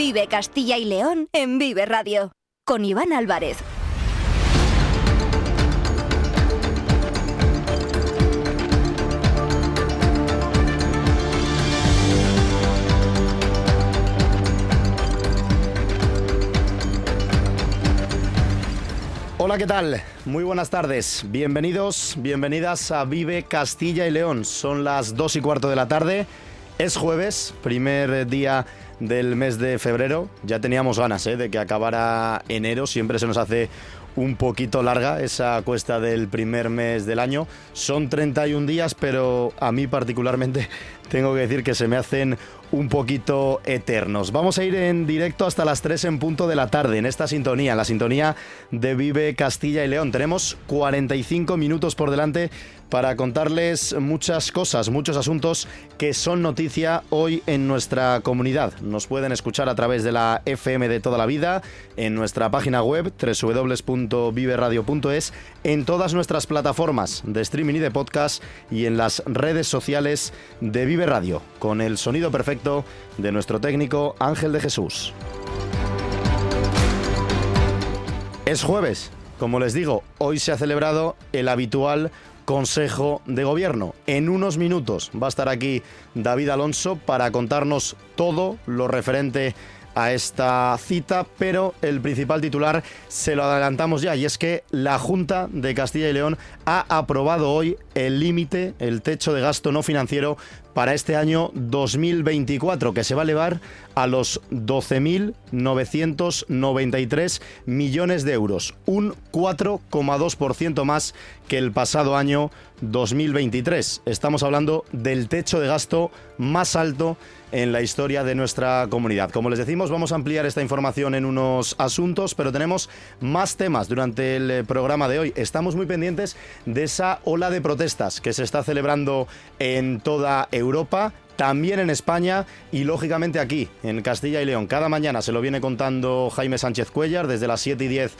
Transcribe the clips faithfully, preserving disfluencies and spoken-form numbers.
Vive Castilla y León en Vive Radio, con Iván Álvarez. Hola, ¿qué tal? Muy buenas tardes. Bienvenidos, bienvenidas a Vive Castilla y León. Son las dos y cuarto de la tarde. Es jueves, primer día del mes de febrero. Ya teníamos ganas ¿eh? de que acabara enero. Siempre se nos hace un poquito larga esa cuesta del primer mes del año. Son treinta y un días, pero a mí particularmente tengo que decir que se me hacen un poquito eternos. Vamos a ir en directo hasta las tres en punto de la tarde en esta sintonía, en la sintonía de Vive Castilla y León. Tenemos cuarenta y cinco minutos por delante para contarles muchas cosas, muchos asuntos que son noticia hoy en nuestra comunidad. Nos pueden escuchar a través de la F M de toda la vida, en nuestra página web doble u doble u doble u punto vive radio punto es, en todas nuestras plataformas de streaming y de podcast y en las redes sociales de Vive Radio, con el sonido perfecto de nuestro técnico Ángel de Jesús. Es jueves, como les digo, hoy se ha celebrado el habitual Consejo de Gobierno. En unos minutos va a estar aquí David Alonso para contarnos todo lo referente a esta cita, pero el principal titular se lo adelantamos ya, y es que la Junta de Castilla y León ha aprobado hoy el límite, el techo de gasto no financiero para este año dos mil veinticuatro, que se va a elevar a los doce mil novecientos noventa y tres millones de euros, un cuatro coma dos por ciento más que el pasado año dos mil veintitrés. Estamos hablando del techo de gasto más alto en la historia de nuestra comunidad. Como les decimos, vamos a ampliar esta información en unos asuntos, pero tenemos más temas durante el programa de hoy. Estamos muy pendientes de esa ola de protestas que se está celebrando en toda Europa, también en España y lógicamente aquí, en Castilla y León. Cada mañana se lo viene contando Jaime Sánchez Cuéllar desde las siete y diez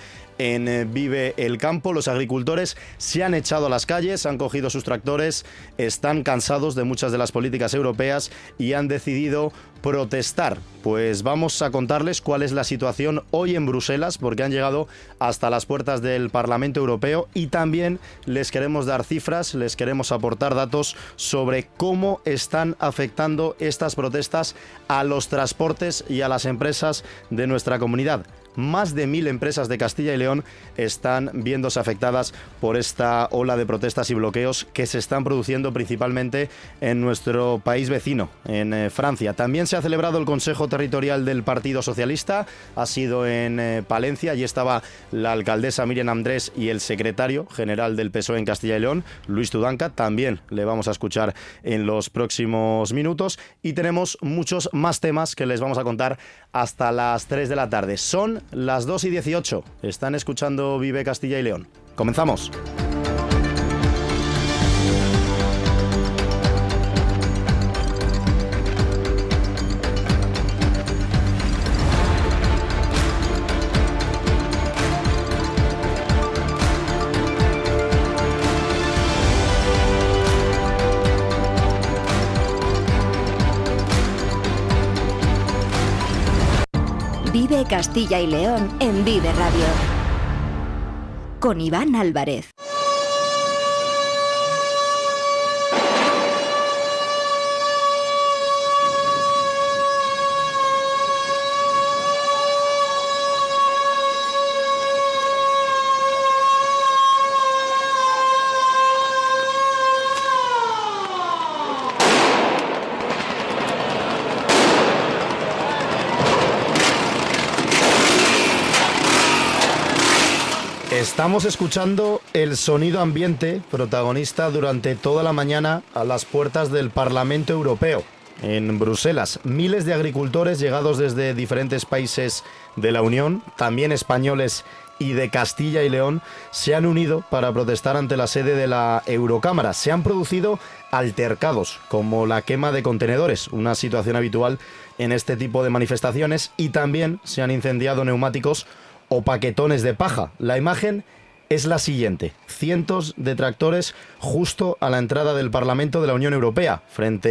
en Vive el Campo. Los agricultores se han echado a las calles, han cogido sus tractores, están cansados de muchas de las políticas europeas y han decidido protestar. Pues vamos a contarles cuál es la situación hoy en Bruselas, porque han llegado hasta las puertas del Parlamento Europeo, y también les queremos dar cifras, les queremos aportar datos sobre cómo están afectando estas protestas a los transportes y a las empresas de nuestra comunidad. Más de mil empresas de Castilla y León están viéndose afectadas por esta ola de protestas y bloqueos que se están produciendo principalmente en nuestro país vecino, en eh, Francia. También se ha celebrado el Consejo Territorial del Partido Socialista, ha sido en eh, Palencia. Allí estaba la alcaldesa Miriam Andrés y el secretario general del P S O E en Castilla y León, Luis Tudanca. También le vamos a escuchar en los próximos minutos, y tenemos muchos más temas que les vamos a contar hasta las tres de la tarde. Son las dos y dieciocho. Están escuchando Vive Castilla y León. Comenzamos. Vive Castilla y León en Vive Radio, con Iván Álvarez. Estamos escuchando el sonido ambiente protagonista durante toda la mañana a las puertas del Parlamento Europeo, en Bruselas. Miles de agricultores llegados desde diferentes países de la Unión, también españoles y de Castilla y León, se han unido para protestar ante la sede de la Eurocámara. Se han producido altercados, como la quema de contenedores, una situación habitual en este tipo de manifestaciones, y también se han incendiado neumáticos o paquetones de paja. La imagen es la siguiente: cientos de tractores justo a la entrada del Parlamento de la Unión Europea, frente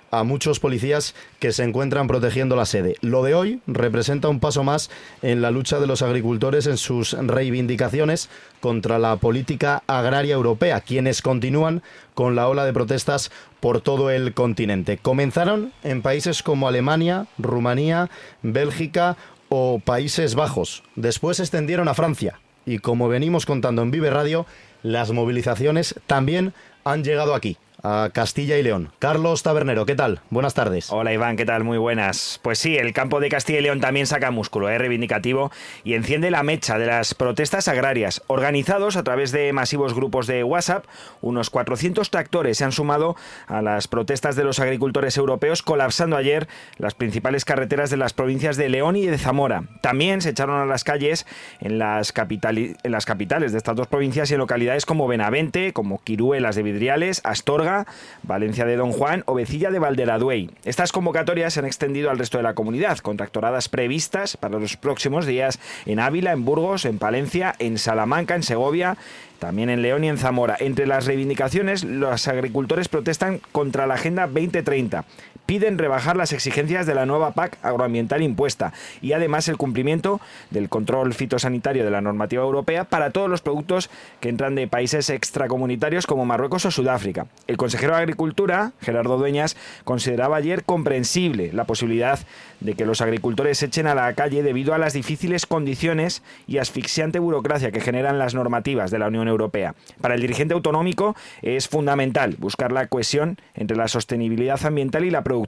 a muchos policías que se encuentran protegiendo la sede. Lo de hoy representa un paso más en la lucha de los agricultores en sus reivindicaciones contra la política agraria europea, quienes continúan con la ola de protestas por todo el continente. Comenzaron en países como Alemania, Rumanía, Bélgica o Países Bajos. Después se extendieron a Francia. Y como venimos contando en Vive Radio, las movilizaciones también han llegado aquí, a Castilla y León. Carlos Tabernero, ¿qué tal? Buenas tardes. Hola Iván, ¿qué tal? Muy buenas. Pues sí, el campo de Castilla y León también saca músculo, ¿eh? reivindicativo, y enciende la mecha de las protestas agrarias. Organizados a través de masivos grupos de WhatsApp, unos cuatrocientos tractores se han sumado a las protestas de los agricultores europeos, colapsando ayer las principales carreteras de las provincias de León y de Zamora. También se echaron a las calles en las, capitali- en las capitales de estas dos provincias y en localidades como Benavente, como Quiruelas de Vidriales, Astorga, Valencia de Don Juan o Vecilla de Valderaduey. Estas convocatorias se han extendido al resto de la comunidad, con tractoradas previstas para los próximos días en Ávila, en Burgos, en Palencia, en Salamanca, en Segovia, también en León y en Zamora. Entre las reivindicaciones, los agricultores protestan contra la Agenda veinte treinta. Piden rebajar las exigencias de la nueva P A C agroambiental impuesta y además el cumplimiento del control fitosanitario de la normativa europea para todos los productos que entran de países extracomunitarios como Marruecos o Sudáfrica. El consejero de Agricultura, Gerardo Dueñas, consideraba ayer comprensible la posibilidad de que los agricultores se echen a la calle debido a las difíciles condiciones y asfixiante burocracia que generan las normativas de la Unión Europea. Para el dirigente autonómico es fundamental buscar la cohesión entre la sostenibilidad ambiental y la productividad.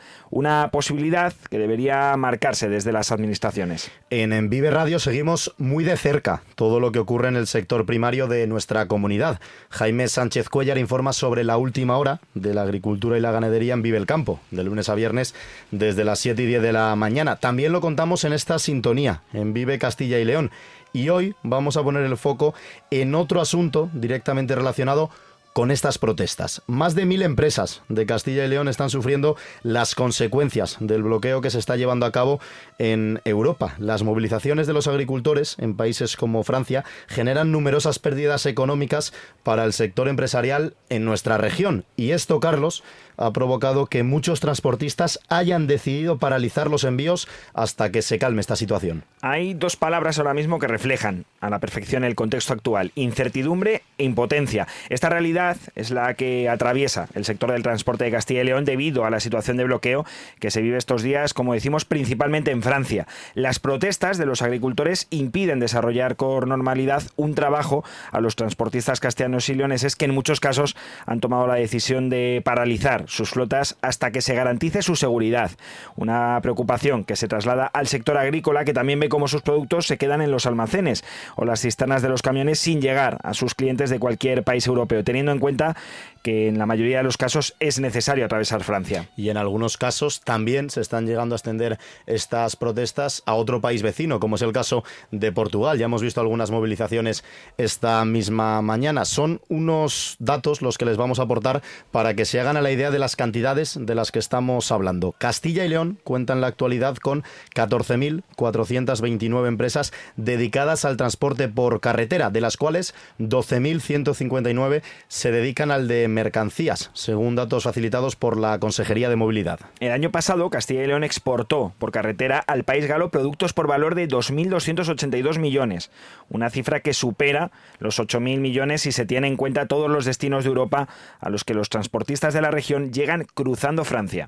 Una posibilidad que debería marcarse desde las administraciones. En, en Vive Radio seguimos muy de cerca todo lo que ocurre en el sector primario de nuestra comunidad. Jaime Sánchez Cuéllar informa sobre la última hora de la agricultura y la ganadería en Vive el Campo, de lunes a viernes desde las siete y diez de la mañana. También lo contamos en esta sintonía, en Vive Castilla y León. Y hoy vamos a poner el foco en otro asunto directamente relacionado con estas protestas. Más de mil empresas de Castilla y León están sufriendo las consecuencias del bloqueo que se está llevando a cabo en Europa. Las movilizaciones de los agricultores en países como Francia generan numerosas pérdidas económicas para el sector empresarial en nuestra región. Y esto, Carlos, ha provocado que muchos transportistas hayan decidido paralizar los envíos hasta que se calme esta situación. Hay dos palabras ahora mismo que reflejan a la perfección el contexto actual: incertidumbre e impotencia. Esta realidad es la que atraviesa el sector del transporte de Castilla y León debido a la situación de bloqueo que se vive estos días, como decimos, principalmente en Francia. Las protestas de los agricultores impiden desarrollar con normalidad un trabajo a los transportistas castellanos y leoneses que en muchos casos han tomado la decisión de paralizar sus flotas hasta que se garantice su seguridad. Una preocupación que se traslada al sector agrícola, que también ve cómo sus productos se quedan en los almacenes o las cisternas de los camiones sin llegar a sus clientes de cualquier país europeo, teniendo en cuenta que en la mayoría de los casos es necesario atravesar Francia. Y en algunos casos también se están llegando a extender estas protestas a otro país vecino, como es el caso de Portugal. Ya hemos visto algunas movilizaciones esta misma mañana. Son unos datos los que les vamos a aportar para que se hagan a la idea de las cantidades de las que estamos hablando. Castilla y León cuenta en la actualidad con catorce mil cuatrocientas veintinueve empresas dedicadas al transporte por carretera, de las cuales doce mil ciento cincuenta y nueve se dedican al de mercancías, según datos facilitados por la Consejería de Movilidad. El año pasado, Castilla y León exportó por carretera al país galo productos por valor de dos mil doscientos ochenta y dos millones, una cifra que supera los ocho mil millones si se tiene en cuenta todos los destinos de Europa a los que los transportistas de la región llegan cruzando Francia.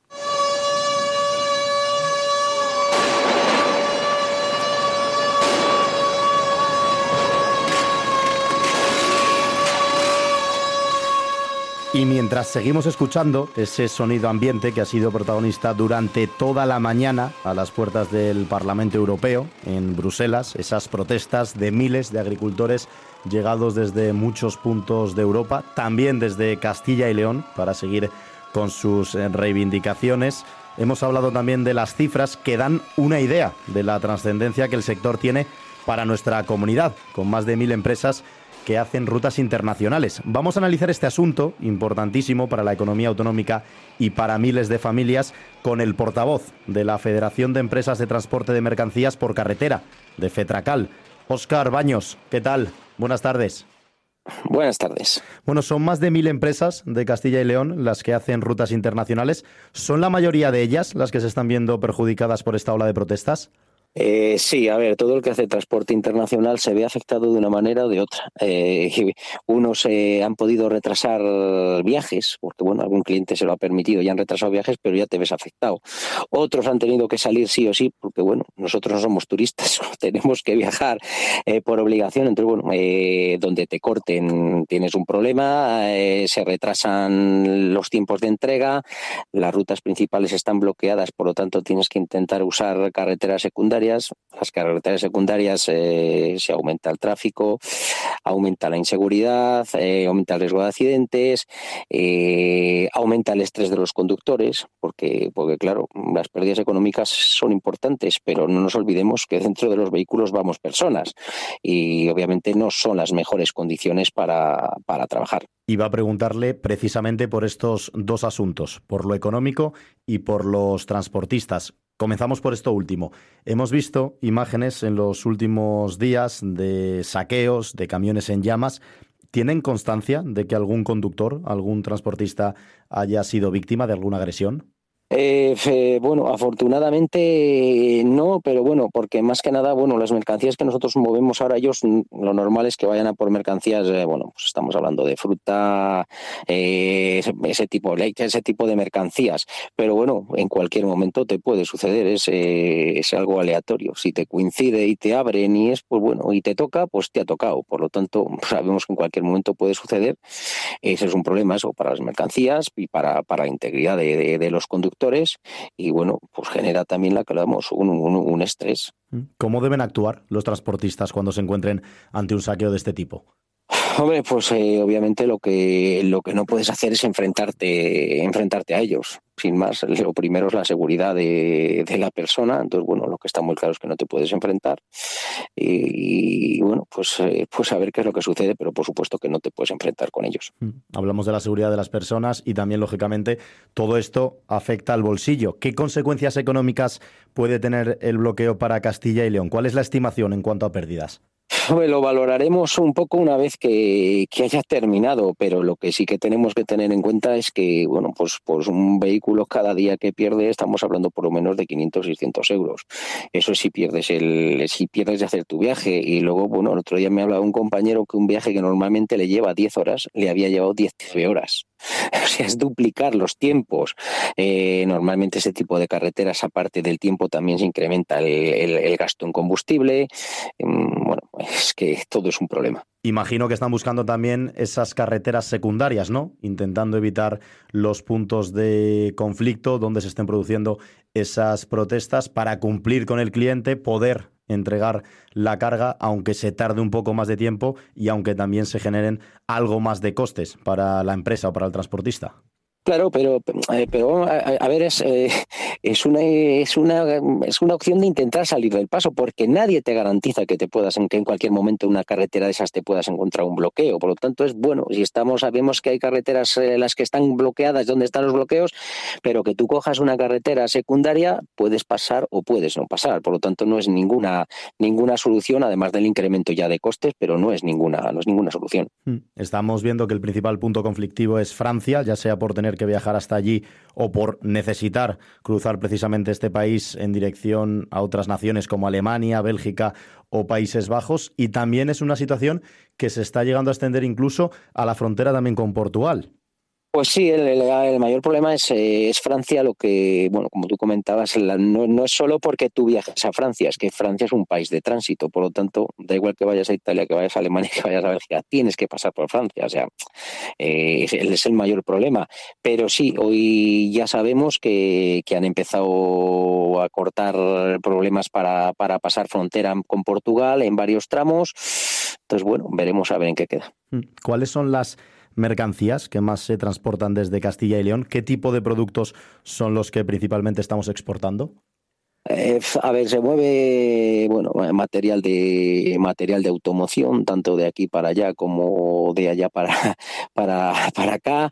Y mientras seguimos escuchando ese sonido ambiente que ha sido protagonista durante toda la mañana a las puertas del Parlamento Europeo en Bruselas, esas protestas de miles de agricultores llegados desde muchos puntos de Europa, también desde Castilla y León, para seguir con sus reivindicaciones. Hemos hablado también de las cifras que dan una idea de la trascendencia que el sector tiene para nuestra comunidad, con más de mil empresas que hacen rutas internacionales. Vamos a analizar este asunto, importantísimo para la economía autonómica y para miles de familias, con el portavoz de la Federación de Empresas de Transporte de Mercancías por Carretera, de FETRACAL, Óscar Baños. ¿Qué tal? Buenas tardes. Buenas tardes. Bueno, son más de mil empresas de Castilla y León las que hacen rutas internacionales. ¿Son la mayoría de ellas las que se están viendo perjudicadas por esta ola de protestas? Eh, sí, a ver, todo el que hace transporte internacional se ve afectado de una manera o de otra. Eh, unos eh, han podido retrasar viajes, porque bueno, algún cliente se lo ha permitido y han retrasado viajes, pero ya te ves afectado. Otros han tenido que salir sí o sí, porque bueno, nosotros no somos turistas, tenemos que viajar eh, por obligación. Entonces, bueno, eh, donde te corten tienes un problema, eh, se retrasan los tiempos de entrega, las rutas principales están bloqueadas, por lo tanto tienes que intentar usar carreteras secundarias. Las carreteras secundarias eh, se aumenta el tráfico, aumenta la inseguridad, eh, aumenta el riesgo de accidentes, eh, aumenta el estrés de los conductores, porque, porque claro, las pérdidas económicas son importantes, pero no nos olvidemos que dentro de los vehículos vamos personas y obviamente no son las mejores condiciones para, para trabajar. Iba a preguntarle precisamente por estos dos asuntos, por lo económico y por los transportistas. Comenzamos por esto último. Hemos visto imágenes en los últimos días de saqueos, de camiones en llamas. ¿Tienen constancia de que algún conductor, algún transportista haya sido víctima de alguna agresión? Eh, eh, bueno, afortunadamente no, pero bueno, porque más que nada, bueno, las mercancías que nosotros movemos ahora, ellos lo normal es que vayan a por mercancías, eh, bueno, pues estamos hablando de fruta, eh, ese, ese tipo, ese tipo de mercancías, pero bueno, en cualquier momento te puede suceder, es, eh, es algo aleatorio. Si te coincide y te abren y es, pues bueno, y te toca, pues te ha tocado. Por lo tanto, sabemos que en cualquier momento puede suceder. Ese es un problema, eso, para las mercancías y para, para la integridad de, de, de los conductores. Y bueno, pues genera también la que hablamos, un, un, un estrés. ¿Cómo deben actuar los transportistas cuando se encuentren ante un saqueo de este tipo? Hombre, pues eh, obviamente lo que lo que no puedes hacer es enfrentarte enfrentarte a ellos. Sin más, lo primero es la seguridad de, de la persona. Entonces, bueno, lo que está muy claro es que no te puedes enfrentar. Y, y bueno, pues, eh, pues a ver qué es lo que sucede, pero por supuesto que no te puedes enfrentar con ellos. Hablamos de la seguridad de las personas y también, lógicamente, todo esto afecta al bolsillo. ¿Qué consecuencias económicas puede tener el bloqueo para Castilla y León? ¿Cuál es la estimación en cuanto a pérdidas? Lo valoraremos un poco una vez que, que haya terminado, pero lo que sí que tenemos que tener en cuenta es que, bueno, pues, pues un vehículo cada día que pierde estamos hablando por lo menos de quinientos, seiscientos euros. Eso es si pierdes el, si pierdes de hacer tu viaje. Y luego, bueno, el otro día me hablaba un compañero que un viaje que normalmente le lleva diez horas, le había llevado diecinueve horas. O sea, es duplicar los tiempos. Eh, normalmente ese tipo de carreteras, aparte del tiempo, también se incrementa el, el, el gasto en combustible. Bueno, es que todo es un problema. Imagino que están buscando también esas carreteras secundarias, ¿no? Intentando evitar los puntos de conflicto donde se estén produciendo esas protestas para cumplir con el cliente, poder entregar la carga, aunque se tarde un poco más de tiempo y aunque también se generen algo más de costes para la empresa o para el transportista. Claro, pero, eh, pero a, a ver, es, eh, es, una, es, una, es una opción de intentar salir del paso, porque nadie te garantiza que te puedas, que en cualquier momento en una carretera de esas te puedas encontrar un bloqueo. Por lo tanto, es bueno, si estamos, sabemos que hay carreteras eh, las que están bloqueadas, donde están los bloqueos, pero que tú cojas una carretera secundaria, puedes pasar o puedes no pasar. Por lo tanto, no es ninguna, ninguna solución, además del incremento ya de costes, pero no es ninguna, no es ninguna solución. Estamos viendo que el principal punto conflictivo es Francia, ya sea por tener que viajar hasta allí o por necesitar cruzar precisamente este país en dirección a otras naciones como Alemania, Bélgica o Países Bajos, y también es una situación que se está llegando a extender incluso a la frontera también con Portugal. Pues sí, el, el, el mayor problema es, eh, es Francia, lo que, bueno, como tú comentabas, la, no, no es solo porque tú viajes a Francia, es que Francia es un país de tránsito, por lo tanto, da igual que vayas a Italia, que vayas a Alemania, que vayas a Bélgica, tienes que pasar por Francia, o sea, eh, es, es el mayor problema. Pero sí, hoy ya sabemos que, que han empezado a cortar problemas para, para pasar frontera con Portugal en varios tramos, entonces, bueno, veremos a ver en qué queda. ¿Cuáles son las mercancías que más se transportan desde Castilla y León? ¿Qué tipo de productos son los que principalmente estamos exportando? Eh, a ver, se mueve, bueno, material de material de automoción, tanto de aquí para allá como de allá para para, para acá.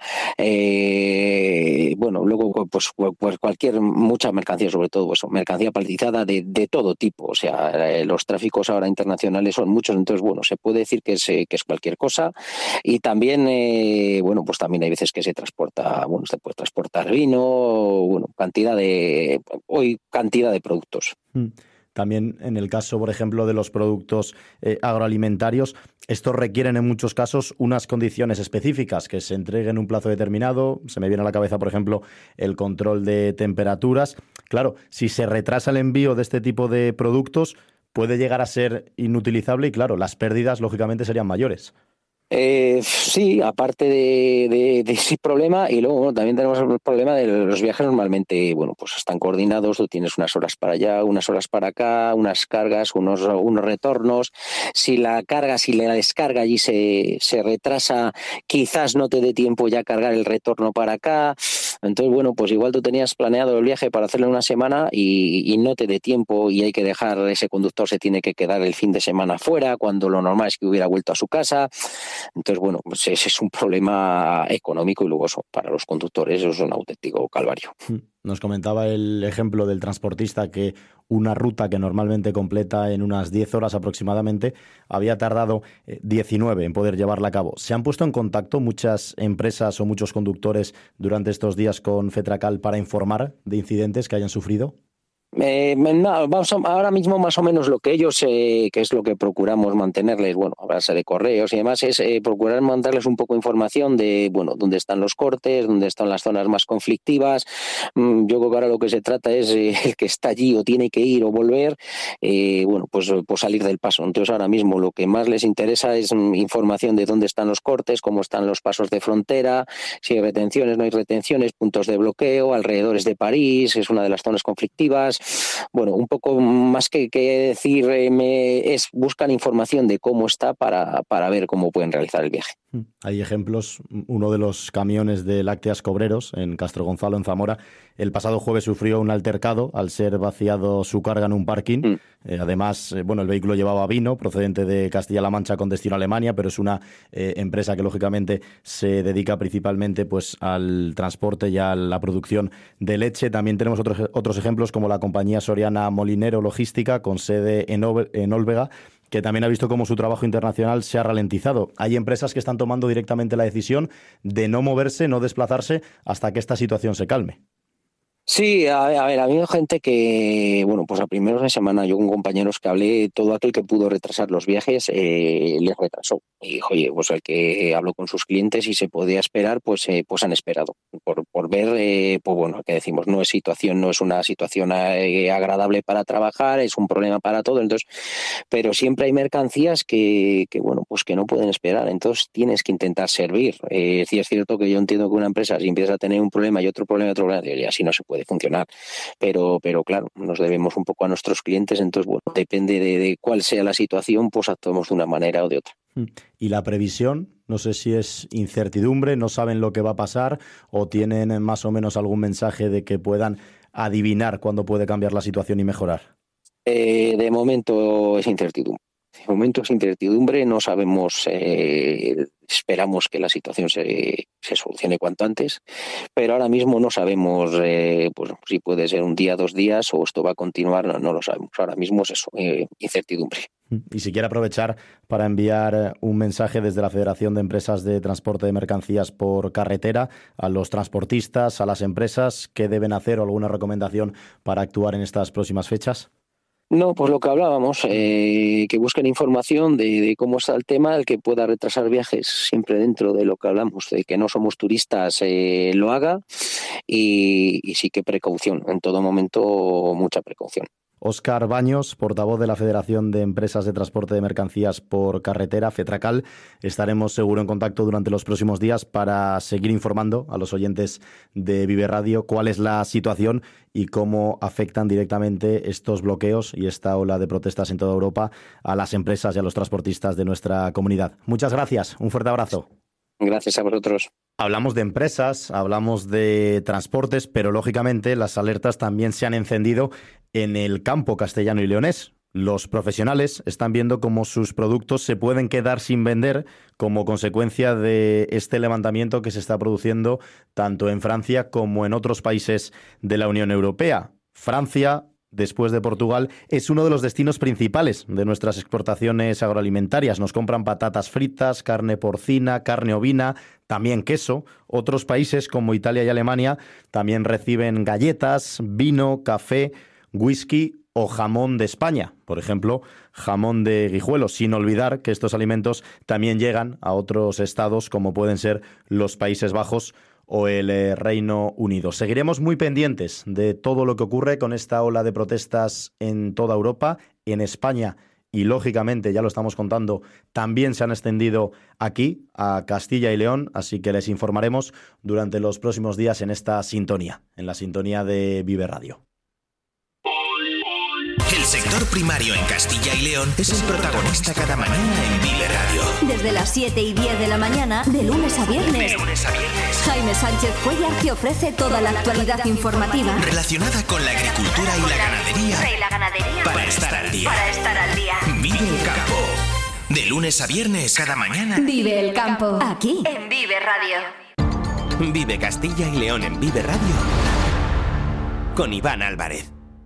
Eh, bueno, luego pues, pues cualquier, mucha mercancía, sobre todo pues, mercancía paletizada de, de todo tipo. O sea, eh, los tráficos ahora internacionales son muchos, entonces bueno, se puede decir que es, que es cualquier cosa. Y también, eh, bueno, pues también hay veces que se transporta, bueno, se puede transportar vino, bueno, cantidad de, hoy cantidad de productos. También en el caso, por ejemplo, de los productos eh, agroalimentarios, estos requieren en muchos casos unas condiciones específicas, que se entreguen en un plazo determinado. Se me viene a la cabeza, por ejemplo, el control de temperaturas. Claro, si se retrasa el envío de este tipo de productos, puede llegar a ser inutilizable y, claro, las pérdidas, lógicamente, serían mayores. Eh, sí, aparte de, de, de ese problema, y luego bueno, también tenemos el problema de los viajes. Normalmente, bueno, pues están coordinados, tú tienes unas horas para allá, unas horas para acá, unas cargas, unos, unos retornos. Si la carga, si la descarga allí se, se retrasa, quizás no te dé tiempo ya cargar el retorno para acá. Entonces, bueno, pues igual tú tenías planeado el viaje para hacerlo en una semana y, y no te dé tiempo y hay que dejar, ese conductor se tiene que quedar el fin de semana fuera, cuando lo normal es que hubiera vuelto a su casa. Entonces, bueno, pues ese es un problema económico y luego eso, para los conductores eso es un auténtico calvario. Nos comentaba el ejemplo del transportista que una ruta que normalmente completa en unas diez horas aproximadamente había tardado diecinueve en poder llevarla a cabo. ¿Se han puesto en contacto muchas empresas o muchos conductores durante estos días con Fetracal para informar de incidentes que hayan sufrido? Eh, no, vamos a, ahora mismo más o menos lo que ellos, eh, que es lo que procuramos mantenerles, bueno, a base de correos y demás, es eh, procurar mandarles un poco de información de, bueno, dónde están los cortes, dónde están las zonas más conflictivas. Mm, yo creo que ahora lo que se trata es eh, el que está allí o tiene que ir o volver, eh, bueno, pues, pues salir del paso. Entonces ahora mismo lo que más les interesa es mm, información de dónde están los cortes, cómo están los pasos de frontera, si hay retenciones, no hay retenciones, puntos de bloqueo, alrededores de París, es una de las zonas conflictivas. Bueno, un poco más que, que decir, eh, me, es buscan información de cómo está para, para ver cómo pueden realizar el viaje. Hay ejemplos. Uno de los camiones de lácteas Cobreros en Castro Gonzalo, en Zamora, el pasado jueves sufrió un altercado al ser vaciado su carga en un parking. Mm. Eh, además, eh, bueno, el vehículo llevaba vino procedente de Castilla-La Mancha con destino a Alemania, pero es una eh, empresa que lógicamente se dedica principalmente pues al transporte y a la producción de leche. También tenemos otros, otros ejemplos como la compañía soriana Molinero Logística con sede en, Ove, en Olvega, que también ha visto cómo su trabajo internacional se ha ralentizado. Hay empresas que están tomando directamente la decisión de no moverse, no desplazarse hasta que esta situación se calme. Sí, a ver, a ver, ha habido gente que, bueno, pues a primeros de semana yo con compañeros que hablé, todo aquel que pudo retrasar los viajes, eh, les retrasó. Y dijo, oye, pues el que habló con sus clientes y se podía esperar, pues, eh, pues han esperado. Por, por ver, eh, pues bueno, que decimos, no es situación, no es una situación eh, agradable para trabajar, es un problema para todo, entonces, pero siempre hay mercancías que, que bueno, pues que no pueden esperar, entonces tienes que intentar servir. Eh, sí es cierto que yo entiendo que una empresa, si empieza a tener un problema y otro problema y otro problema, y así no se puede funcionar, pero pero claro, nos debemos un poco a nuestros clientes, entonces bueno, depende de, de cuál sea la situación, pues actuamos de una manera o de otra. ¿Y la previsión? No sé si es incertidumbre, no saben lo que va a pasar o tienen más o menos algún mensaje de que puedan adivinar cuándo puede cambiar la situación y mejorar. Eh, de momento es incertidumbre. De momento es incertidumbre, no sabemos, eh, esperamos que la situación se, se solucione cuanto antes, pero ahora mismo no sabemos eh, pues, si puede ser un día, dos días o esto va a continuar, no, no lo sabemos. Ahora mismo es eso, eh, incertidumbre. Y si quiere aprovechar para enviar un mensaje desde la Federación de Empresas de Transporte de Mercancías por Carretera a los transportistas, a las empresas, ¿qué deben hacer o alguna recomendación para actuar en estas próximas fechas? No, pues lo que hablábamos, eh, que busquen información de, de cómo está el tema, el que pueda retrasar viajes, siempre dentro de lo que hablamos, de que no somos turistas, eh, lo haga y, y sí que precaución, en todo momento mucha precaución. Óscar Baños, portavoz de la Federación de Empresas de Transporte de Mercancías por Carretera, Fetracal. Estaremos seguro en contacto durante los próximos días para seguir informando a los oyentes de Vive Radio cuál es la situación y cómo afectan directamente estos bloqueos y esta ola de protestas en toda Europa a las empresas y a los transportistas de nuestra comunidad. Muchas gracias, un fuerte abrazo. Gracias a vosotros. Hablamos de empresas, hablamos de transportes, pero lógicamente las alertas también se han encendido en el campo castellano y leonés. Los profesionales están viendo cómo sus productos se pueden quedar sin vender como consecuencia de este levantamiento que se está produciendo tanto en Francia como en otros países de la Unión Europea. Francia, después de Portugal, es uno de los destinos principales de nuestras exportaciones agroalimentarias. Nos compran patatas fritas, carne porcina, carne ovina, también queso. Otros países como Italia y Alemania también reciben galletas, vino, café, whisky o jamón de España, por ejemplo, jamón de Guijuelo, sin olvidar que estos alimentos también llegan a otros estados como pueden ser los Países Bajos o el eh, Reino Unido. Seguiremos muy pendientes de todo lo que ocurre con esta ola de protestas en toda Europa, en España y, lógicamente, ya lo estamos contando, también se han extendido aquí, a Castilla y León, así que les informaremos durante los próximos días en esta sintonía, en la sintonía de Vive Radio. El sector primario en Castilla y León es el protagonista cada mañana en Vive Radio. Desde las siete y diez de la mañana, de lunes a viernes. De lunes a viernes. Jaime Sánchez Cuellar te ofrece toda la actualidad informativa Relacionada con la agricultura y la ganadería. y la ganadería. Para estar al día. Para estar al día. Vive el campo. De lunes a viernes, cada mañana. Vive el campo. Aquí, en Vive Radio. Vive Castilla y León en Vive Radio. Con Iván Álvarez.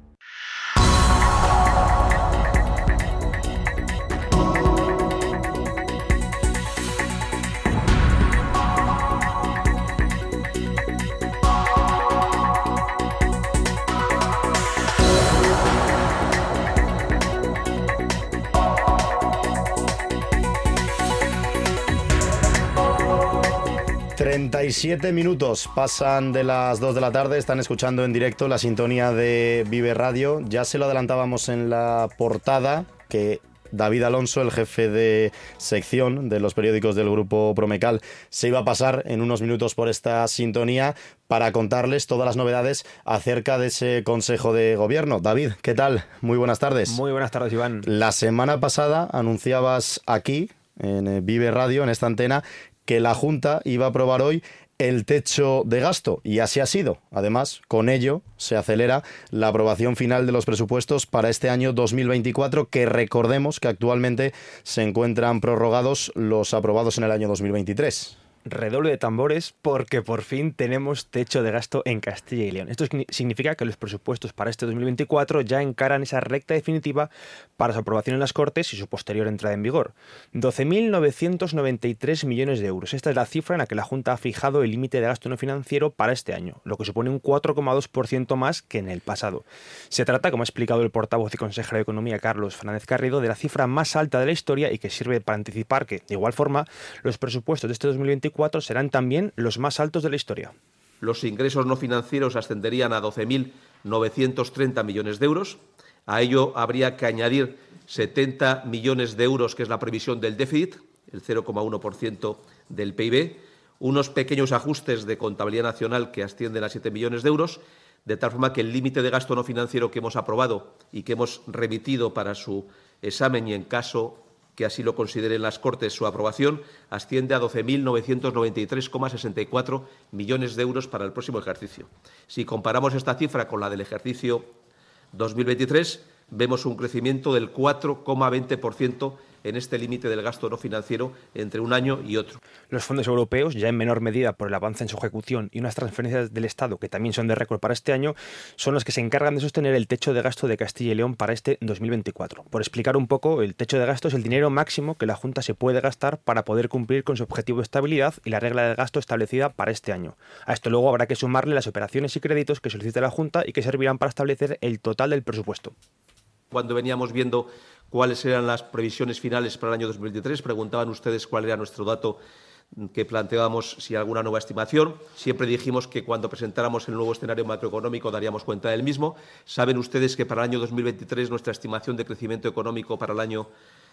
treinta y siete minutos pasan de las dos de la tarde, están escuchando en directo la sintonía de Vive Radio. Ya se lo adelantábamos en la portada que David Alonso, el jefe de sección de los periódicos del Grupo Promecal, se iba a pasar en unos minutos por esta sintonía para contarles todas las novedades acerca de ese Consejo de Gobierno. David, ¿qué tal? Muy buenas tardes. Muy buenas tardes, Iván. La semana pasada anunciabas aquí, en Vive Radio, en esta antena, que la Junta iba a aprobar hoy el techo de gasto, y así ha sido. Además, con ello se acelera la aprobación final de los presupuestos para este año dos mil veinticuatro, que recordemos que actualmente se encuentran prorrogados los aprobados en el año dos mil veintitrés. Redoble de tambores porque por fin tenemos techo de gasto en Castilla y León. Esto significa que los presupuestos para este dos mil veinticuatro ya encaran esa recta definitiva para su aprobación en las Cortes y su posterior entrada en vigor. doce mil novecientos noventa y tres millones de euros. Esta es la cifra en la que la Junta ha fijado el límite de gasto no financiero para este año, lo que supone un cuatro coma dos por ciento más que en el pasado. Se trata, como ha explicado el portavoz y consejero de Economía Carlos Fernández Carrido, de la cifra más alta de la historia y que sirve para anticipar que, de igual forma, los presupuestos de este dos mil veinticuatro serán también los más altos de la historia. Los ingresos no financieros ascenderían a doce mil novecientos treinta millones de euros. A ello habría que añadir setenta millones de euros, que es la previsión del déficit, el cero coma uno por ciento del P I B, unos pequeños ajustes de contabilidad nacional que ascienden a siete millones de euros, de tal forma que el límite de gasto no financiero que hemos aprobado y que hemos remitido para su examen y, en caso que así lo consideren las Cortes, su aprobación, asciende a doce mil novecientos noventa y tres coma sesenta y cuatro millones de euros para el próximo ejercicio. Si comparamos esta cifra con la del ejercicio dos mil veintitrés, vemos un crecimiento del cuatro coma veinte por ciento en este límite del gasto no financiero entre un año y otro. Los fondos europeos, ya en menor medida por el avance en su ejecución y unas transferencias del Estado que también son de récord para este año, son los que se encargan de sostener el techo de gasto de Castilla y León para este dos mil veinticuatro. Por explicar un poco, el techo de gasto es el dinero máximo que la Junta se puede gastar para poder cumplir con su objetivo de estabilidad y la regla de gasto establecida para este año. A esto luego habrá que sumarle las operaciones y créditos que solicite la Junta y que servirán para establecer el total del presupuesto. Cuando veníamos viendo cuáles eran las previsiones finales para el año dos mil veintitrés, preguntaban ustedes cuál era nuestro dato que planteábamos, si alguna nueva estimación. Siempre dijimos que cuando presentáramos el nuevo escenario macroeconómico daríamos cuenta del mismo. Saben ustedes que para el año dos mil veintitrés nuestra estimación de crecimiento económico para el año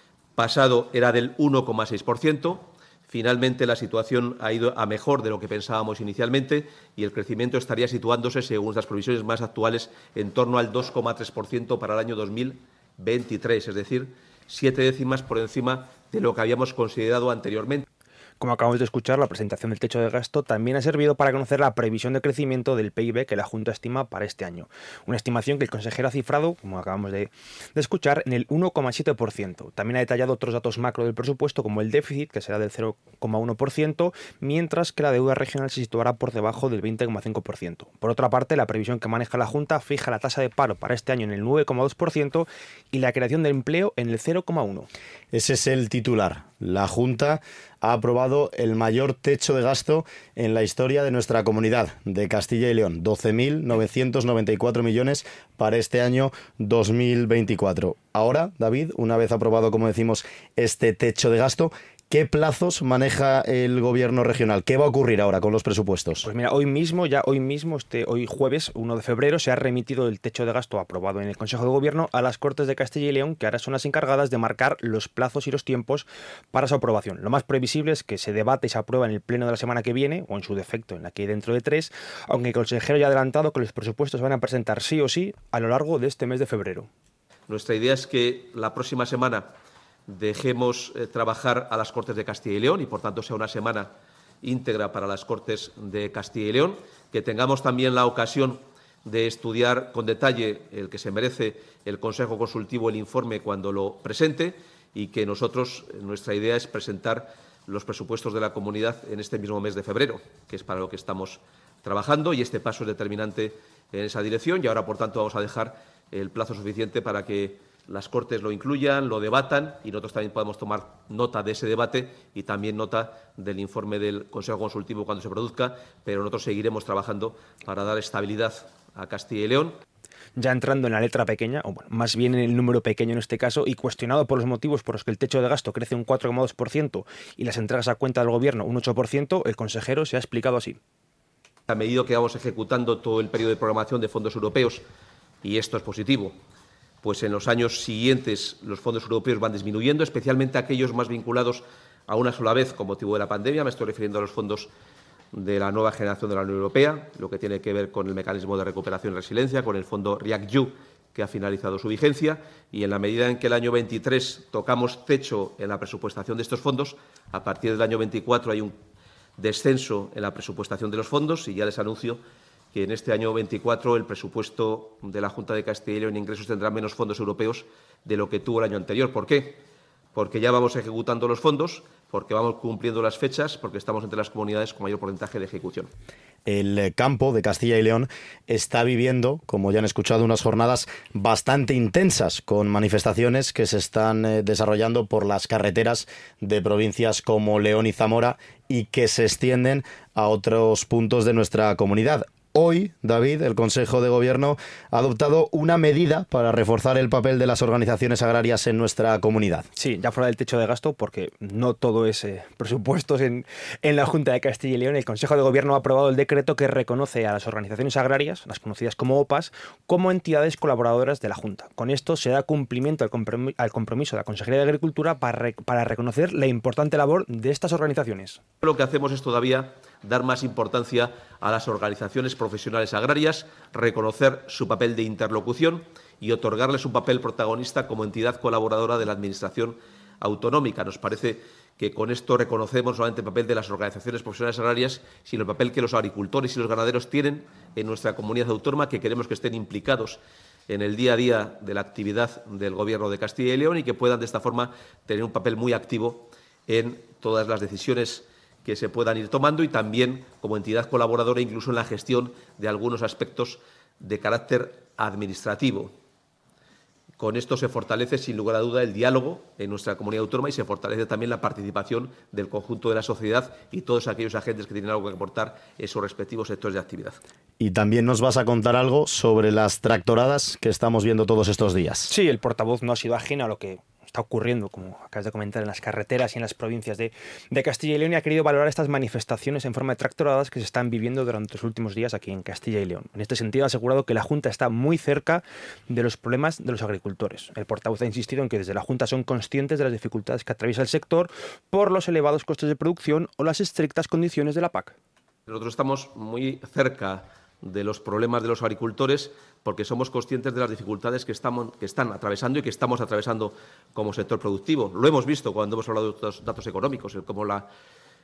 pasado era del uno coma seis por ciento. Finalmente, la situación ha ido a mejor de lo que pensábamos inicialmente y el crecimiento estaría situándose, según las previsiones más actuales, en torno al dos coma tres por ciento para el año dos mil veintitrés, es decir, siete décimas por encima de lo que habíamos considerado anteriormente. Como acabamos de escuchar, la presentación del techo de gasto también ha servido para conocer la previsión de crecimiento del P I B que la Junta estima para este año. Una estimación que el consejero ha cifrado, como acabamos de, de escuchar, en el uno coma siete por ciento. También ha detallado otros datos macro del presupuesto, como el déficit, que será del cero coma uno por ciento, mientras que la deuda regional se situará por debajo del veinte coma cinco por ciento. Por otra parte, la previsión que maneja la Junta fija la tasa de paro para este año en el nueve coma dos por ciento y la creación de empleo en el cero coma uno por ciento. Ese es el titular. La Junta ha aprobado el mayor techo de gasto en la historia de nuestra comunidad, de Castilla y León, doce mil novecientos noventa y cuatro millones para este año dos mil veinticuatro. Ahora, David, una vez aprobado, como decimos, este techo de gasto, ¿qué plazos maneja el gobierno regional? ¿Qué va a ocurrir ahora con los presupuestos? Pues mira, hoy mismo, ya hoy mismo, este, hoy jueves uno de febrero, se ha remitido el techo de gasto aprobado en el Consejo de Gobierno a las Cortes de Castilla y León, que ahora son las encargadas de marcar los plazos y los tiempos para su aprobación. Lo más previsible es que se debate y se aprueba en el pleno de la semana que viene, o en su defecto en la que hay dentro de tres, aunque el consejero ya ha adelantado que los presupuestos van a presentar sí o sí a lo largo de este mes de febrero. Nuestra idea es que la próxima semana dejemos eh, trabajar a las Cortes de Castilla y León y, por tanto, sea una semana íntegra para las Cortes de Castilla y León, que tengamos también la ocasión de estudiar con detalle el que se merece el Consejo Consultivo, el informe, cuando lo presente, y que nosotros, nuestra idea es presentar los presupuestos de la comunidad en este mismo mes de febrero, que es para lo que estamos trabajando, y este paso es determinante en esa dirección. Y ahora, por tanto, vamos a dejar el plazo suficiente para que las Cortes lo incluyan, lo debatan, y nosotros también podemos tomar nota de ese debate y también nota del informe del Consejo Consultivo cuando se produzca, pero nosotros seguiremos trabajando para dar estabilidad a Castilla y León. Ya entrando en la letra pequeña, o bueno, más bien en el número pequeño en este caso, y cuestionado por los motivos por los que el techo de gasto crece un cuatro coma dos por ciento y las entregas a cuenta del Gobierno un ocho por ciento, el consejero se ha explicado así. A medida que vamos ejecutando todo el periodo de programación de fondos europeos, y esto es positivo, pues en los años siguientes los fondos europeos van disminuyendo, especialmente aquellos más vinculados a una sola vez con motivo de la pandemia. Me estoy refiriendo a los fondos de la nueva generación de la Unión Europea, lo que tiene que ver con el mecanismo de recuperación y resiliencia, con el fondo REACT-EU, que ha finalizado su vigencia, y en la medida en que el año veintitrés tocamos techo en la presupuestación de estos fondos, a partir del año veinticuatro hay un descenso en la presupuestación de los fondos, y ya les anuncio que en este año veinticuatro el presupuesto de la Junta de Castilla y León en ingresos tendrá menos fondos europeos de lo que tuvo el año anterior. ¿Por qué? Porque ya vamos ejecutando los fondos, porque vamos cumpliendo las fechas, porque estamos entre las comunidades con mayor porcentaje de ejecución. El campo de Castilla y León está viviendo, como ya han escuchado, unas jornadas bastante intensas, con manifestaciones que se están eh, desarrollando por las carreteras de provincias como León y Zamora y que se extienden a otros puntos de nuestra comunidad. Hoy, David, el Consejo de Gobierno ha adoptado una medida para reforzar el papel de las organizaciones agrarias en nuestra comunidad. Sí, ya fuera del techo de gasto, porque no todo es eh, presupuestos en, en la Junta de Castilla y León. El Consejo de Gobierno ha aprobado el decreto que reconoce a las organizaciones agrarias, las conocidas como O P As, como entidades colaboradoras de la Junta. Con esto se da cumplimiento al, comprom- al compromiso de la Consejería de Agricultura para, re- para reconocer la importante labor de estas organizaciones. Lo que hacemos es todavía dar más importancia a las organizaciones profesionales agrarias, reconocer su papel de interlocución y otorgarles un papel protagonista como entidad colaboradora de la Administración autonómica. Nos parece que con esto reconocemos no solamente el papel de las organizaciones profesionales agrarias, sino el papel que los agricultores y los ganaderos tienen en nuestra comunidad autónoma, que queremos que estén implicados en el día a día de la actividad del Gobierno de Castilla y León y que puedan de esta forma tener un papel muy activo en todas las decisiones que se puedan ir tomando y también como entidad colaboradora incluso en la gestión de algunos aspectos de carácter administrativo. Con esto se fortalece, sin lugar a duda, el diálogo en nuestra comunidad autónoma y se fortalece también la participación del conjunto de la sociedad y todos aquellos agentes que tienen algo que aportar en sus respectivos sectores de actividad. Y también nos vas a contar algo sobre las tractoradas que estamos viendo todos estos días. Sí, el portavoz no ha sido ajeno a lo que está ocurriendo, como acabas de comentar, en las carreteras y en las provincias de, de Castilla y León, y ha querido valorar estas manifestaciones en forma de tractoradas que se están viviendo durante los últimos días aquí en Castilla y León. En este sentido, ha asegurado que la Junta está muy cerca de los problemas de los agricultores. El portavoz ha insistido en que desde la Junta son conscientes de las dificultades que atraviesa el sector por los elevados costes de producción o las estrictas condiciones de la P A C. Nosotros estamos muy cerca de los problemas de los agricultores porque somos conscientes de las dificultades que, estamos, que están atravesando y que estamos atravesando como sector productivo. Lo hemos visto cuando hemos hablado de otros datos económicos, el cómo la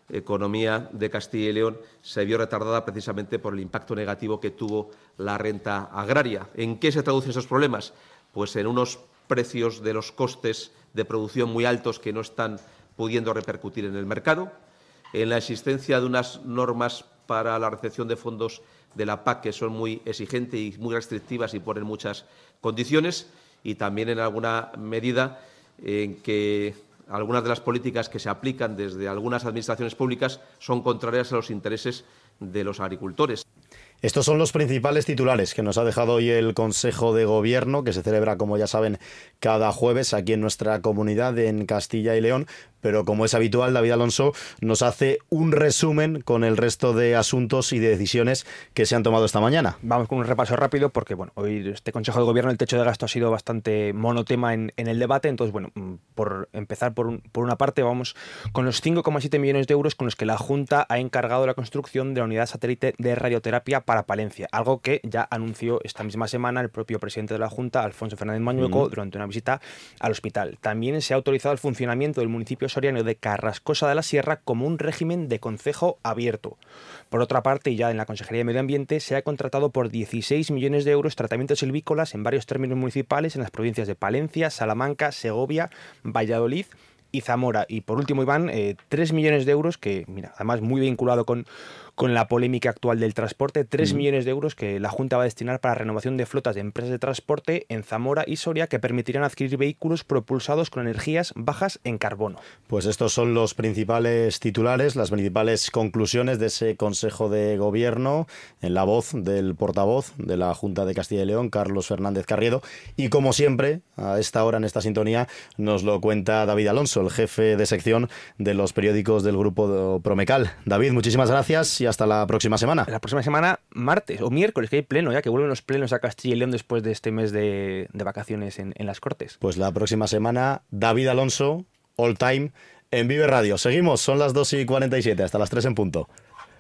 economía de Castilla y León se vio retardada precisamente por el impacto negativo que tuvo la renta agraria. ¿En qué se traducen esos problemas? Pues en unos precios de los costes de producción muy altos que no están pudiendo repercutir en el mercado, en la existencia de unas normas para la recepción de fondos de la P A C que son muy exigentes y muy restrictivas y ponen muchas condiciones, y también en alguna medida en que algunas de las políticas que se aplican desde algunas administraciones públicas son contrarias a los intereses de los agricultores. Estos son los principales titulares que nos ha dejado hoy el Consejo de Gobierno, que se celebra, como ya saben, cada jueves aquí en nuestra comunidad en Castilla y León. Pero como es habitual, David Alonso nos hace un resumen con el resto de asuntos y de decisiones que se han tomado esta mañana. Vamos con un repaso rápido porque bueno, hoy este Consejo de Gobierno, el techo de gasto ha sido bastante monotema en, en el debate. Entonces, bueno, por empezar por, un, por una parte, vamos con los cinco coma siete millones de euros con los que la Junta ha encargado la construcción de la unidad satélite de radioterapia para Palencia, algo que ya anunció esta misma semana el propio presidente de la Junta, Alfonso Fernández Mañueco, mm. durante una visita al hospital. También se ha autorizado el funcionamiento del municipio soriano de Carrascosa de la Sierra como un régimen de concejo abierto. Por otra parte, y ya en la Consejería de Medio Ambiente, se ha contratado por dieciséis millones de euros tratamientos silvícolas en varios términos municipales en las provincias de Palencia, Salamanca, Segovia, Valladolid y Zamora. Y por último, Iván, eh, tres millones de euros, que mira, además muy vinculado con, con la polémica actual del transporte, tres mm. millones de euros que la Junta va a destinar para renovación de flotas de empresas de transporte en Zamora y Soria que permitirán adquirir vehículos propulsados con energías bajas en carbono. Pues estos son los principales titulares, las principales conclusiones de ese Consejo de Gobierno, en la voz del portavoz de la Junta de Castilla y León, Carlos Fernández Carriedo. Y como siempre, a esta hora, en esta sintonía, nos lo cuenta David Alonso, el jefe de sección de los periódicos del grupo Promecal. David, muchísimas gracias y hasta la próxima semana. La próxima semana, martes o miércoles, que hay pleno ya, que vuelven los plenos a Castilla y León después de este mes de, de vacaciones en, en las Cortes. Pues la próxima semana, David Alonso, all time, en Vive Radio. Seguimos, son las dos y cuarenta y siete, hasta las tres en punto.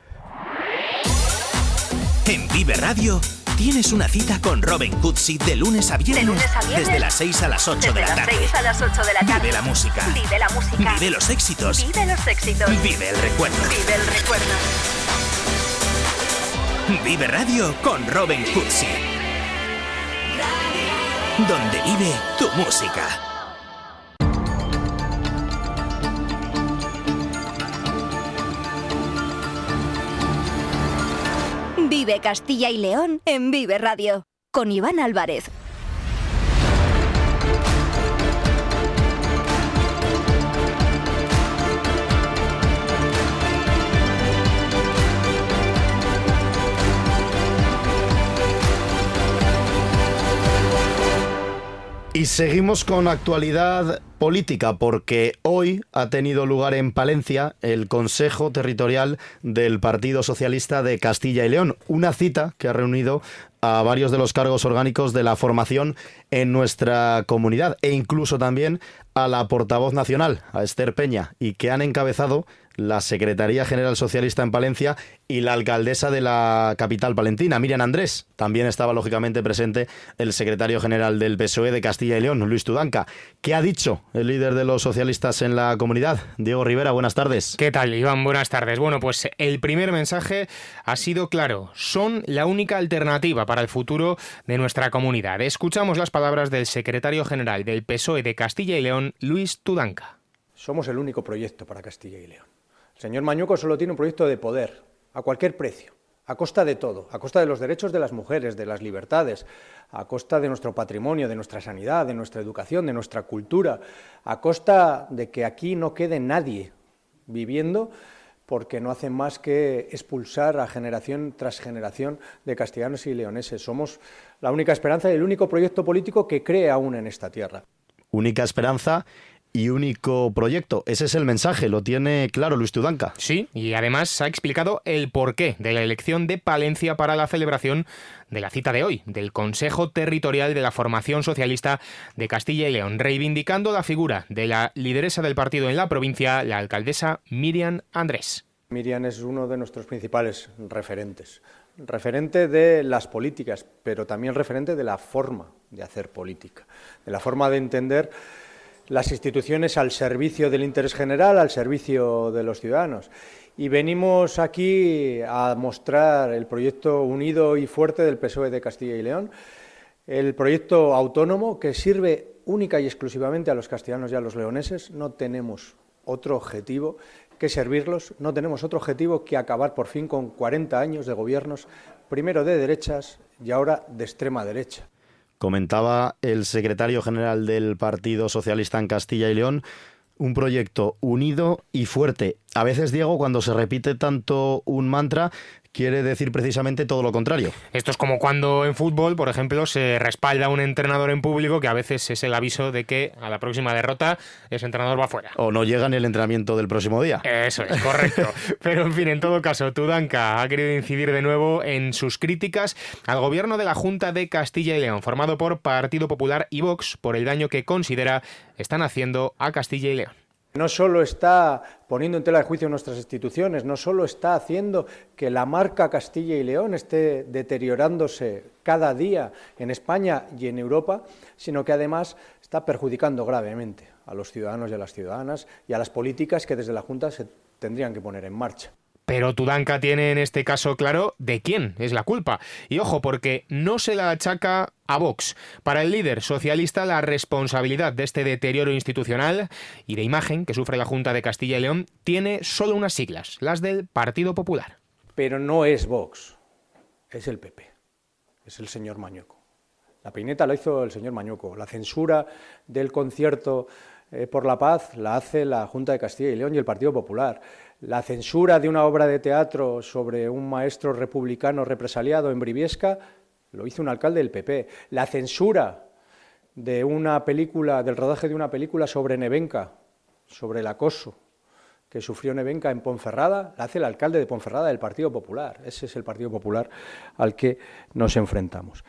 En Vive Radio tienes una cita con Robin Cutsi de lunes a viernes, de lunes a viernes desde las seis a las ocho de la tarde. Desde las seis a las ocho de la tarde. Vive la música. Vive la música. Vive los éxitos. Vive los éxitos. Vive el recuerdo. Vive el recuerdo. Vive Radio con Robin Cutsi. Donde vive tu música. Vive Castilla y León en Vive Radio, con Iván Álvarez. Y seguimos con actualidad política, porque hoy ha tenido lugar en Palencia el Consejo Territorial del Partido Socialista de Castilla y León, una cita que ha reunido a varios de los cargos orgánicos de la formación en nuestra comunidad e incluso también a la portavoz nacional, a Esther Peña, y que han encabezado la Secretaría General Socialista en Palencia y la alcaldesa de la capital palentina, Miriam Andrés. También estaba lógicamente presente el secretario general del P S O E de Castilla y León, Luis Tudanca. ¿Qué ha dicho el líder de los socialistas en la comunidad? Diego Rivera, buenas tardes. ¿Qué tal, Iván? Buenas tardes. Bueno, pues el primer mensaje ha sido claro. Son la única alternativa para el futuro de nuestra comunidad. Escuchamos las palabras del secretario general del P S O E de Castilla y León, Luis Tudanca. Somos el único proyecto para Castilla y León. El señor Mañueco solo tiene un proyecto de poder, a cualquier precio, a costa de todo, a costa de los derechos de las mujeres, de las libertades, a costa de nuestro patrimonio, de nuestra sanidad, de nuestra educación, de nuestra cultura, a costa de que aquí no quede nadie viviendo porque no hacen más que expulsar a generación tras generación de castellanos y leoneses. Somos la única esperanza y el único proyecto político que cree aún en esta tierra. Única esperanza y único proyecto. Ese es el mensaje, lo tiene claro Luis Tudanca. Sí, y además ha explicado el porqué de la elección de Palencia para la celebración de la cita de hoy, del Consejo Territorial de la Formación Socialista de Castilla y León, reivindicando la figura de la lideresa del partido en la provincia, la alcaldesa Miriam Andrés. Miriam es uno de nuestros principales referentes. Referente de las políticas, pero también referente de la forma de hacer política, de la forma de entender las instituciones al servicio del interés general, al servicio de los ciudadanos. Y venimos aquí a mostrar el proyecto unido y fuerte del P S O E de Castilla y León, el proyecto autónomo que sirve única y exclusivamente a los castellanos y a los leoneses. No tenemos otro objetivo que servirlos, no tenemos otro objetivo que acabar por fin con cuarenta años de gobiernos, primero de derechas y ahora de extrema derecha. Comentaba el secretario general del Partido Socialista en Castilla y León, un proyecto unido y fuerte. A veces, Diego, cuando se repite tanto un mantra, quiere decir precisamente todo lo contrario. Esto es como cuando en fútbol, por ejemplo, se respalda a un entrenador en público, que a veces es el aviso de que a la próxima derrota ese entrenador va fuera. O no llega en el entrenamiento del próximo día. Eso es, correcto. Pero en fin, en todo caso, Tudanca ha querido incidir de nuevo en sus críticas al gobierno de la Junta de Castilla y León, formado por Partido Popular y Vox, por el daño que considera están haciendo a Castilla y León. No solo está poniendo en tela de juicio nuestras instituciones, no solo está haciendo que la marca Castilla y León esté deteriorándose cada día en España y en Europa, sino que además está perjudicando gravemente a los ciudadanos y a las ciudadanas y a las políticas que desde la Junta se tendrían que poner en marcha. Pero Tudanca tiene en este caso claro de quién es la culpa. Y ojo, porque no se la achaca a Vox. Para el líder socialista, la responsabilidad de este deterioro institucional y de imagen que sufre la Junta de Castilla y León tiene solo unas siglas, las del Partido Popular. Pero no es Vox, es el P P, es el señor Mañueco. La peineta la hizo el señor Mañueco. La censura del concierto eh, por la paz la hace la Junta de Castilla y León y el Partido Popular. La censura de una obra de teatro sobre un maestro republicano represaliado en Briviesca lo hizo un alcalde del P P. La censura de una película, del rodaje de una película sobre Nevenka, sobre el acoso que sufrió Nevenka en Ponferrada, la hace el alcalde de Ponferrada del Partido Popular. Ese es el Partido Popular al que nos enfrentamos.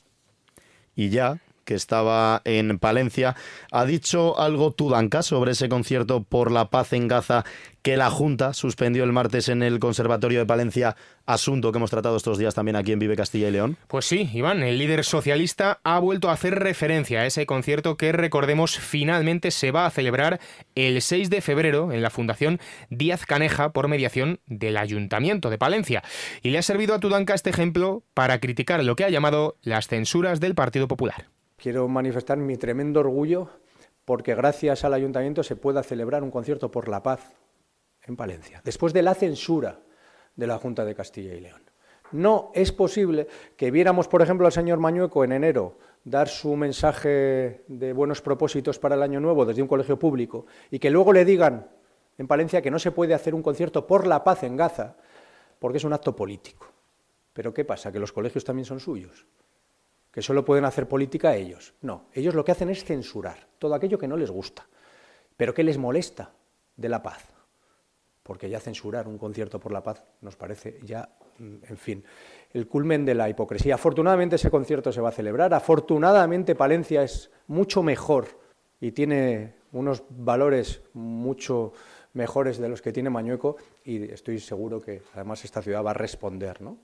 Y ya que estaba en Palencia, ¿ha dicho algo Tudanca sobre ese concierto por la paz en Gaza que la Junta suspendió el martes en el Conservatorio de Palencia, asunto que hemos tratado estos días también aquí en Vive Castilla y León? Pues sí, Iván, el líder socialista ha vuelto a hacer referencia a ese concierto que, recordemos, finalmente se va a celebrar el seis de febrero en la Fundación Díaz Caneja por mediación del Ayuntamiento de Palencia. Y le ha servido a Tudanca este ejemplo para criticar lo que ha llamado las censuras del Partido Popular. Quiero manifestar mi tremendo orgullo porque gracias al Ayuntamiento se pueda celebrar un concierto por la paz en Palencia, después de la censura de la Junta de Castilla y León. No es posible que viéramos, por ejemplo, al señor Mañueco en enero dar su mensaje de buenos propósitos para el año nuevo desde un colegio público y que luego le digan en Palencia que no se puede hacer un concierto por la paz en Gaza porque es un acto político. ¿Pero qué pasa? ¿Que los colegios también son suyos? ¿Que solo pueden hacer política ellos? No, ellos lo que hacen es censurar todo aquello que no les gusta, pero que les molesta de la paz. Porque ya censurar un concierto por la paz nos parece ya, en fin, el culmen de la hipocresía. Afortunadamente ese concierto se va a celebrar, afortunadamente Palencia es mucho mejor y tiene unos valores mucho mejores de los que tiene Mañueco y estoy seguro que además esta ciudad va a responder, ¿no?,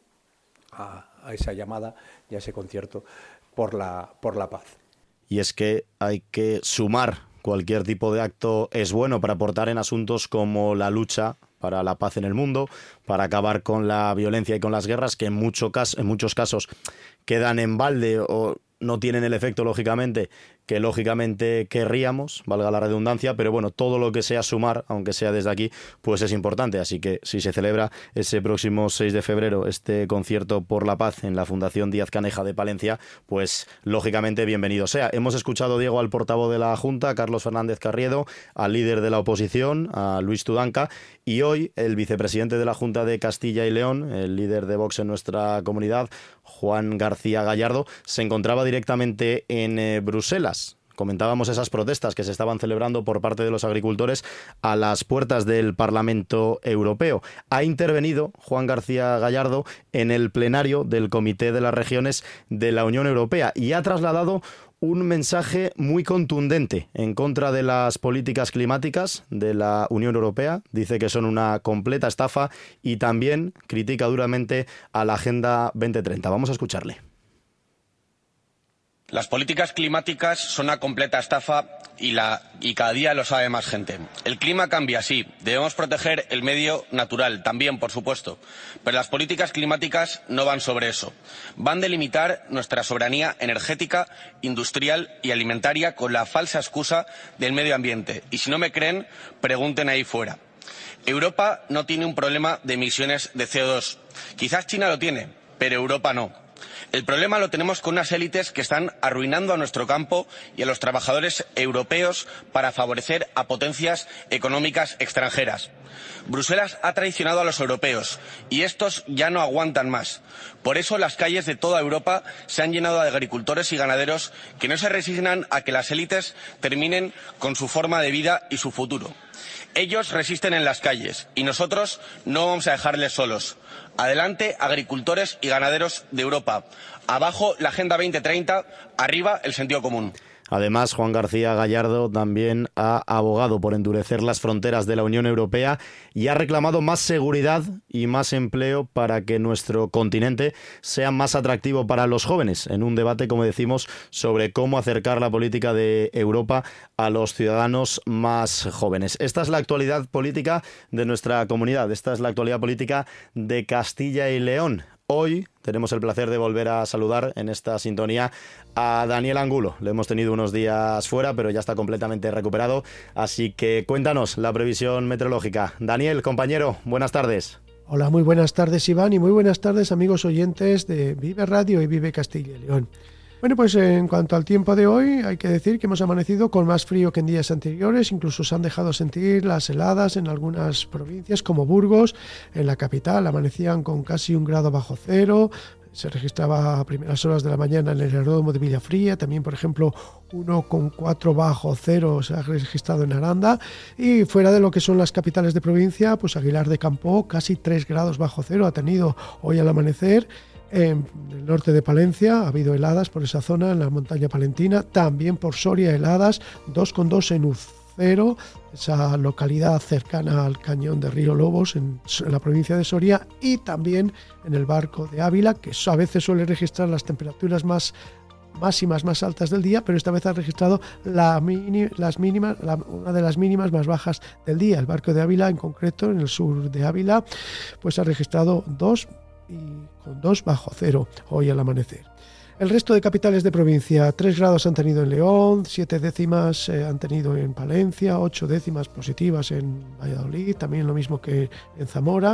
A, a esa llamada y a ese concierto por la, por la paz. Y es que hay que sumar. Cualquier tipo de acto es bueno para aportar en asuntos como la lucha para la paz en el mundo, para acabar con la violencia y con las guerras, que en, mucho caso, en muchos casos quedan en balde o no tienen el efecto, lógicamente, que lógicamente querríamos, valga la redundancia, pero bueno, todo lo que sea sumar, aunque sea desde aquí, pues es importante. Así que si se celebra ese próximo seis de febrero este concierto por la paz en la Fundación Díaz Caneja de Palencia, pues lógicamente bienvenido sea. Hemos escuchado, Diego, al portavoz de la Junta, Carlos Fernández Carriedo, al líder de la oposición, a Luis Tudanca, y hoy el vicepresidente de la Junta de Castilla y León, el líder de Vox en nuestra comunidad, Juan García Gallardo, se encontraba directamente en eh, Bruselas. Comentábamos esas protestas que se estaban celebrando por parte de los agricultores a las puertas del Parlamento Europeo. Ha intervenido Juan García Gallardo en el plenario del Comité de las Regiones de la Unión Europea y ha trasladado un mensaje muy contundente en contra de las políticas climáticas de la Unión Europea. Dice que son una completa estafa y también critica duramente a la Agenda veinte treinta. Vamos a escucharle. Las políticas climáticas son una completa estafa y, la, y cada día lo sabe más gente. El clima cambia, sí. Debemos proteger el medio natural, también, por supuesto. Pero las políticas climáticas no van sobre eso. Van de limitar nuestra soberanía energética, industrial y alimentaria con la falsa excusa del medio ambiente. Y si no me creen, pregunten ahí fuera. Europa no tiene un problema de emisiones de C O dos. Quizás China lo tiene, pero Europa no. El problema lo tenemos con unas élites que están arruinando a nuestro campo y a los trabajadores europeos para favorecer a potencias económicas extranjeras. Bruselas ha traicionado a los europeos y estos ya no aguantan más. Por eso las calles de toda Europa se han llenado de agricultores y ganaderos que no se resignan a que las élites terminen con su forma de vida y su futuro. Ellos resisten en las calles y nosotros no vamos a dejarles solos. Adelante, agricultores y ganaderos de Europa. Abajo la Agenda veinte treinta, arriba el sentido común. Además, Juan García Gallardo también ha abogado por endurecer las fronteras de la Unión Europea y ha reclamado más seguridad y más empleo para que nuestro continente sea más atractivo para los jóvenes, en un debate, como decimos, sobre cómo acercar la política de Europa a los ciudadanos más jóvenes. Esta es la actualidad política de nuestra comunidad, esta es la actualidad política de Castilla y León. Hoy tenemos el placer de volver a saludar en esta sintonía a Daniel Angulo. Le hemos tenido unos días fuera, pero ya está completamente recuperado. Así que cuéntanos la previsión meteorológica. Daniel, compañero, buenas tardes. Hola, muy buenas tardes, Iván, y muy buenas tardes, amigos oyentes de Vive Radio y Vive Castilla y León. Bueno, pues en cuanto al tiempo de hoy, hay que decir que hemos amanecido con más frío que en días anteriores, incluso se han dejado sentir las heladas en algunas provincias como Burgos. En la capital amanecían con casi un grado bajo cero, se registraba a primeras horas de la mañana en el aeródromo de Villafría, también por ejemplo uno coma cuatro bajo cero se ha registrado en Aranda, y fuera de lo que son las capitales de provincia, pues Aguilar de Campoo casi tres grados bajo cero ha tenido hoy al amanecer. En el norte de Palencia ha habido heladas por esa zona, en la montaña palentina, también por Soria heladas, dos coma dos en Ucero, esa localidad cercana al cañón de Río Lobos en, en la provincia de Soria, y también en el Barco de Ávila, que a veces suele registrar las temperaturas más máximas más altas del día, pero esta vez ha registrado la mini, las mínimas, la, una de las mínimas más bajas del día. El Barco de Ávila, en concreto, en el sur de Ávila, pues ha registrado dos y con dos bajo cero hoy al amanecer. El resto de capitales de provincia, tres grados han tenido en León, siete décimas eh, han tenido en Palencia, ocho décimas positivas en Valladolid, también lo mismo que en Zamora.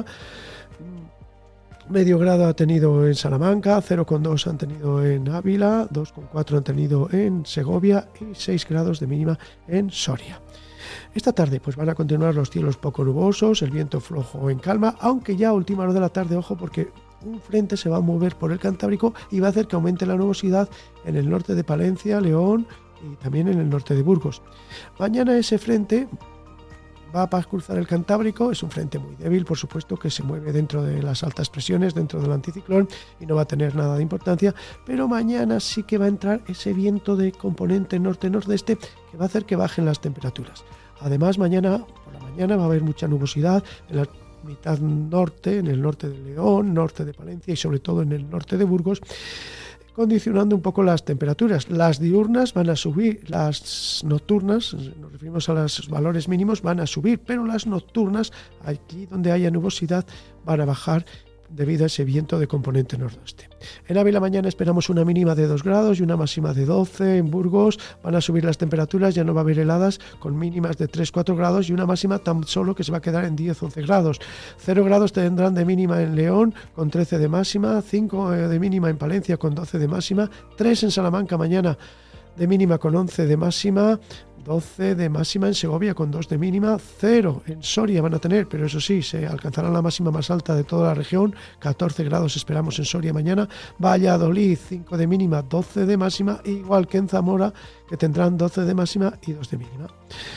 Medio grado ha tenido en Salamanca, cero coma dos han tenido en Ávila, dos coma cuatro han tenido en Segovia y seis grados de mínima en Soria. Esta tarde pues van a continuar los cielos poco nubosos, el viento flojo en calma, aunque ya a última hora de la tarde, ojo, porque un frente se va a mover por el Cantábrico y va a hacer que aumente la nubosidad en el norte de Palencia, León y también en el norte de Burgos. Mañana ese frente va a cruzar el Cantábrico, es un frente muy débil, por supuesto, que se mueve dentro de las altas presiones, dentro del anticiclón, y no va a tener nada de importancia, pero mañana sí que va a entrar ese viento de componente norte-nordeste que va a hacer que bajen las temperaturas. Además, mañana por la mañana va a haber mucha nubosidad en la mitad norte, en el norte de León, norte de Palencia y sobre todo en el norte de Burgos, condicionando un poco las temperaturas. Las diurnas van a subir, las nocturnas, nos referimos a los valores mínimos, van a subir, pero las nocturnas, aquí donde haya nubosidad, van a bajar debido a ese viento de componente nordeste. En Ávila mañana esperamos una mínima de dos grados y una máxima de doce. En Burgos van a subir las temperaturas, ya no va a haber heladas, con mínimas de tres a cuatro grados y una máxima tan solo que se va a quedar en diez a once grados. cero grados tendrán de mínima en León con trece de máxima, cinco de mínima en Palencia con doce de máxima, tres en Salamanca mañana de mínima con once de máxima, doce de máxima en Segovia con dos de mínima, cero en Soria van a tener, pero eso sí, se alcanzará la máxima más alta de toda la región, catorce grados esperamos en Soria mañana, Valladolid cinco de mínima, doce de máxima, igual que en Zamora, que tendrán doce de máxima y dos de mínima.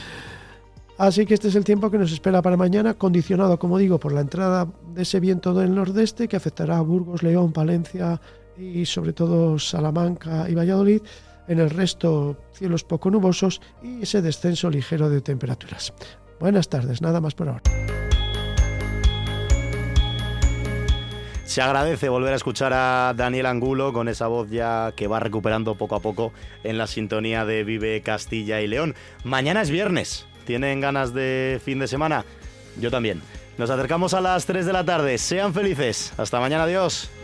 Así que este es el tiempo que nos espera para mañana, condicionado, como digo, por la entrada de ese viento del nordeste que afectará a Burgos, León, Palencia y sobre todo Salamanca y Valladolid. En el resto, cielos poco nubosos y ese descenso ligero de temperaturas. Buenas tardes, nada más por ahora. Se agradece volver a escuchar a Daniel Angulo con esa voz ya que va recuperando poco a poco en la sintonía de Vive Castilla y León. Mañana es viernes. ¿Tienen ganas de fin de semana? Yo también. Nos acercamos a las tres de la tarde. Sean felices. Hasta mañana. Adiós.